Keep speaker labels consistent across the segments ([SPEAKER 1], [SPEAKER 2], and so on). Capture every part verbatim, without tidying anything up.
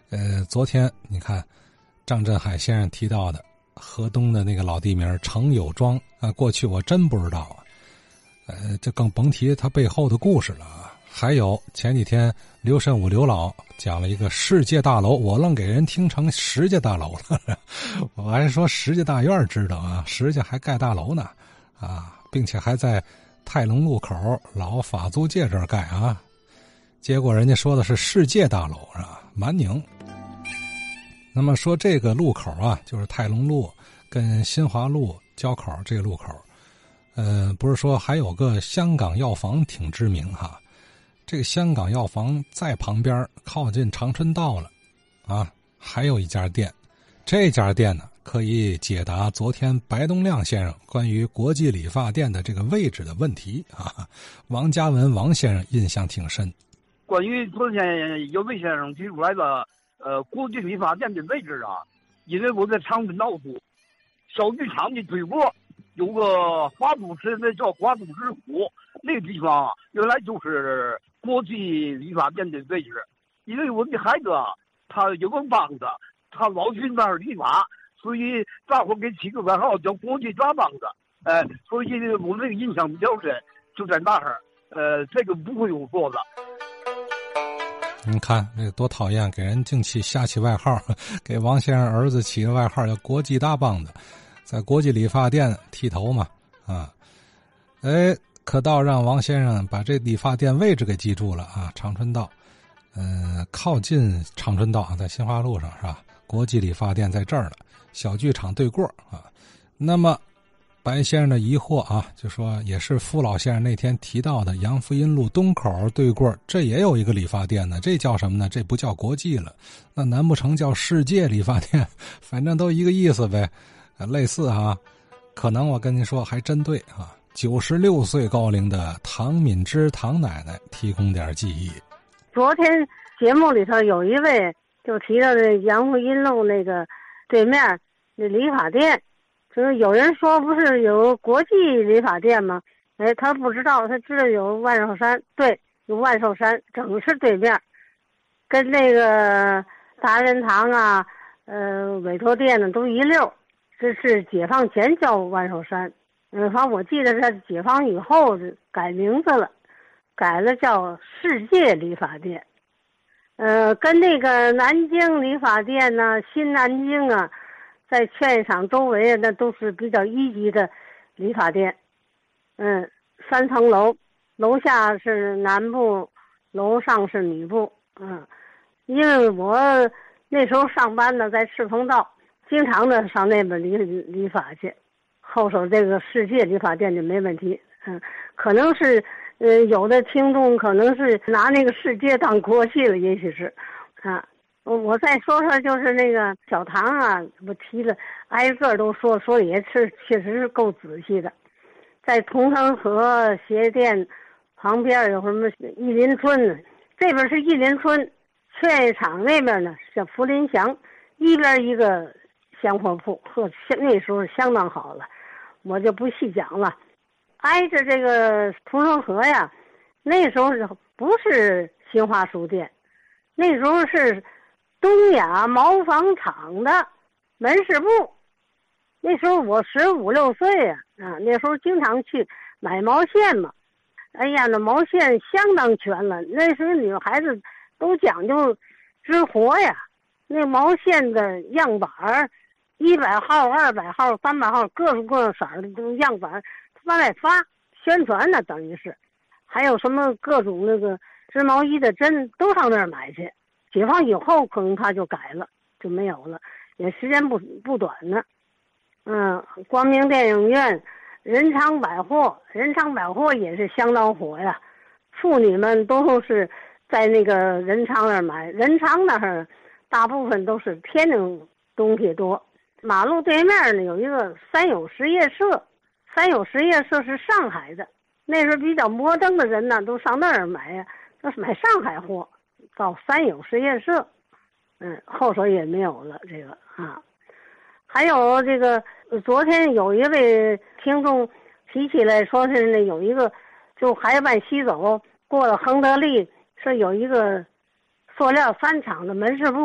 [SPEAKER 1] 呃，昨天你看张振海先生提到的河东的那个老地名程友庄啊，过去我真不知道啊，呃，这更甭提它背后的故事了啊。还有前几天刘慎武刘老讲了一个世界大楼，我愣给人听成石家大楼了，我还说石家大院知道啊，石家还盖大楼呢啊，并且还在泰隆路口老法租界这儿盖啊，结果人家说的是世界大楼啊，蛮宁。那么说这个路口啊，就是泰隆路跟新华路交口这个路口，呃，不是说还有个香港药房挺知名哈。这个香港药房在旁边靠近长春道了啊，还有一家店，这家店呢可以解答昨天白东亮先生关于国际理发店的这个位置的问题啊。王嘉文王先生印象挺深。
[SPEAKER 2] 关于昨天有位先生提出来的呃国际理发店的位置啊，因为我在长春道住，小剧场的对过有个华都市，那叫华都市府，那个地方原来就是国际理发店的位置。因为我的孩子啊，他有个帮子，他老去那儿理发，所以大伙给起个外号叫国际抓帮子。呃，所以我这个印象比较深，就在那儿。呃，这个不会有错的。
[SPEAKER 1] 你看这个多讨厌，给人净起瞎起外号，给王先生儿子起个外号叫国际大帮子，在国际理发店剃头嘛啊。哎，可倒让王先生把这理发店位置给记住了啊，长春道，嗯、呃，靠近长春道，在新华路上是吧？国际理发店在这儿了，小剧场对过啊。那么白先生的疑惑啊，就说也是傅老先生那天提到的杨福荫路东口对过，这也有一个理发店呢，这叫什么呢？这不叫国际了，那难不成叫世界理发店？反正都一个意思呗，啊、类似哈、啊。可能我跟您说还真对啊。九十六岁高龄的唐敏芝唐奶奶提供点记忆。
[SPEAKER 3] 昨天节目里头有一位就提到的杨福荫路那个对面那理发店，就是有人说不是有国际理发店吗？哎，他不知道，他知道有万寿山，对，有万寿山，正是对面，跟那个达人堂啊，呃，委托店呢都一溜。这是解放前叫万寿山，嗯，反正我记得是解放以后改名字了，改了叫世界理发店。呃，跟那个南京理发店呢，新南京啊，在劝业场周围那都是比较一级的理发店。嗯，三层楼，楼下是男部，楼上是女部。嗯，因为我那时候上班呢，在赤峰道，经常的上那边理理发去。后手这个世界理发店就没问题。嗯，可能是呃有的听众可能是拿那个世界当国际了，也许是啊。我再说说就是那个小唐啊，我提了挨个都说说也是确实是够仔细的。在同城河鞋店旁边有什么益林村，这边是益林村，劝业场那边呢叫福林祥，一边一个香货铺，呵，那时候相当好了，我就不细讲了。挨着这个同城河呀，那时候是不是新华书店？那时候是东亚毛纺厂的门市部。那时候我十五六岁啊，啊，那时候经常去买毛线嘛。哎呀，那毛线相当全了。那时候女孩子都讲究织活呀，那毛线的样板儿，一百号、二百号、三百号，各种各样色儿的都样板，往外发宣传呢，等于是。还有什么各种那个织毛衣的针都上那儿买去。解放以后可能他就改了，就没有了，也时间不不短呢。嗯，光明电影院、仁昌百货，仁昌百货也是相当火呀。妇女们都是在那个仁昌那儿买，仁昌那儿大部分都是天津东西多。马路对面呢有一个三友实业社，三友实业社是上海的，那时候比较摩登的人呢都上那儿买呀，都是买上海货，到三友实业社。嗯，后手也没有了这个啊。还有这个昨天有一位听众提起来说是那有一个就海湾西走过了亨德利，是有一个塑料三厂的门市部，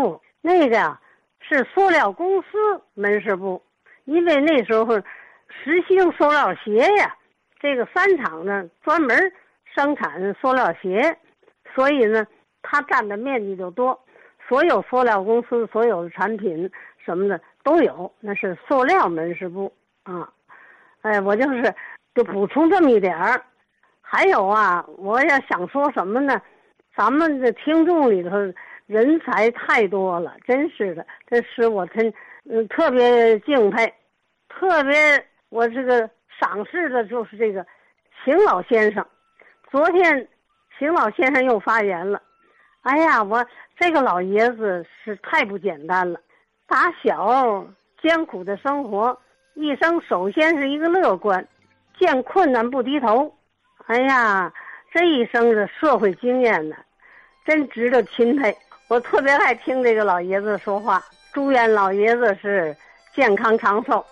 [SPEAKER 3] 那个呀是塑料公司门市部，因为那时候实行塑料鞋呀，这个三厂呢专门生产塑料鞋，所以呢它占的面积就多，所有塑料公司所有的产品什么的都有，那是塑料门市部啊。哎，我就是就补充这么一点儿。还有啊，我要想说什么呢？咱们的听众里头人才太多了，真是的，这使我真嗯特别敬佩，特别我这个赏识的就是这个邢老先生。昨天邢老先生又发言了，哎呀，我这个老爷子是太不简单了，打小艰苦的生活，一生首先是一个乐观，见困难不低头。哎呀，这一生的社会经验呢，真值得钦佩。我特别爱听这个老爷子说话，祝愿老爷子是健康长寿。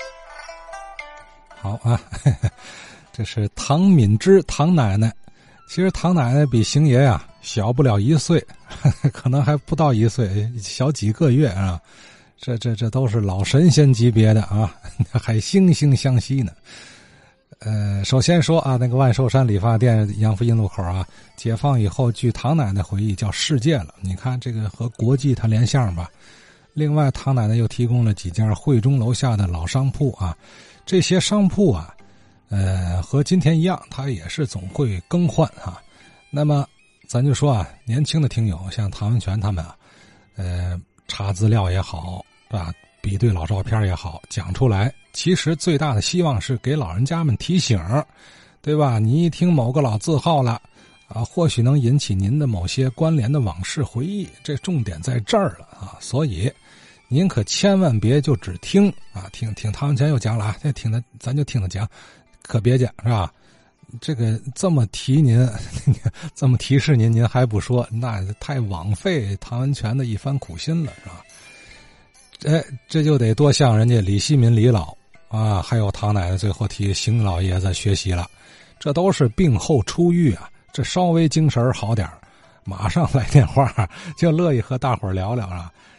[SPEAKER 1] 好啊，呵呵，这是唐敏之唐奶奶。其实唐奶奶比邢爷呀小不了一岁，呵呵，可能还不到一岁，小几个月啊。这这这都是老神仙级别的啊，还惺惺相惜呢。呃，首先说啊，那个万寿山理发店杨府印路口啊，解放以后，据唐奶奶回忆叫世界了。你看这个和国际它连项吧。另外，唐奶奶又提供了几家汇中楼下的老商铺啊，这些商铺啊，呃，和今天一样，它也是总会更换啊。那么，咱就说啊，年轻的听友像唐文全他们啊，呃，查资料也好，啊，比对老照片也好，讲出来。其实最大的希望是给老人家们提醒，对吧？你一听某个老字号了啊，或许能引起您的某些关联的往事回忆，这重点在这儿了啊。所以您可千万别就只听啊，听听唐文全又讲了啊，这听他咱就听他讲，可别讲是吧？这个这么提您，这么提示您，您还不说，那太枉费唐文全的一番苦心了，是吧？哎，这就得多向人家李希民李老啊，还有唐奶奶最后提邢老爷子学习了，这都是病后出狱啊，这稍微精神好点马上来电话，就乐意和大伙儿聊聊啊。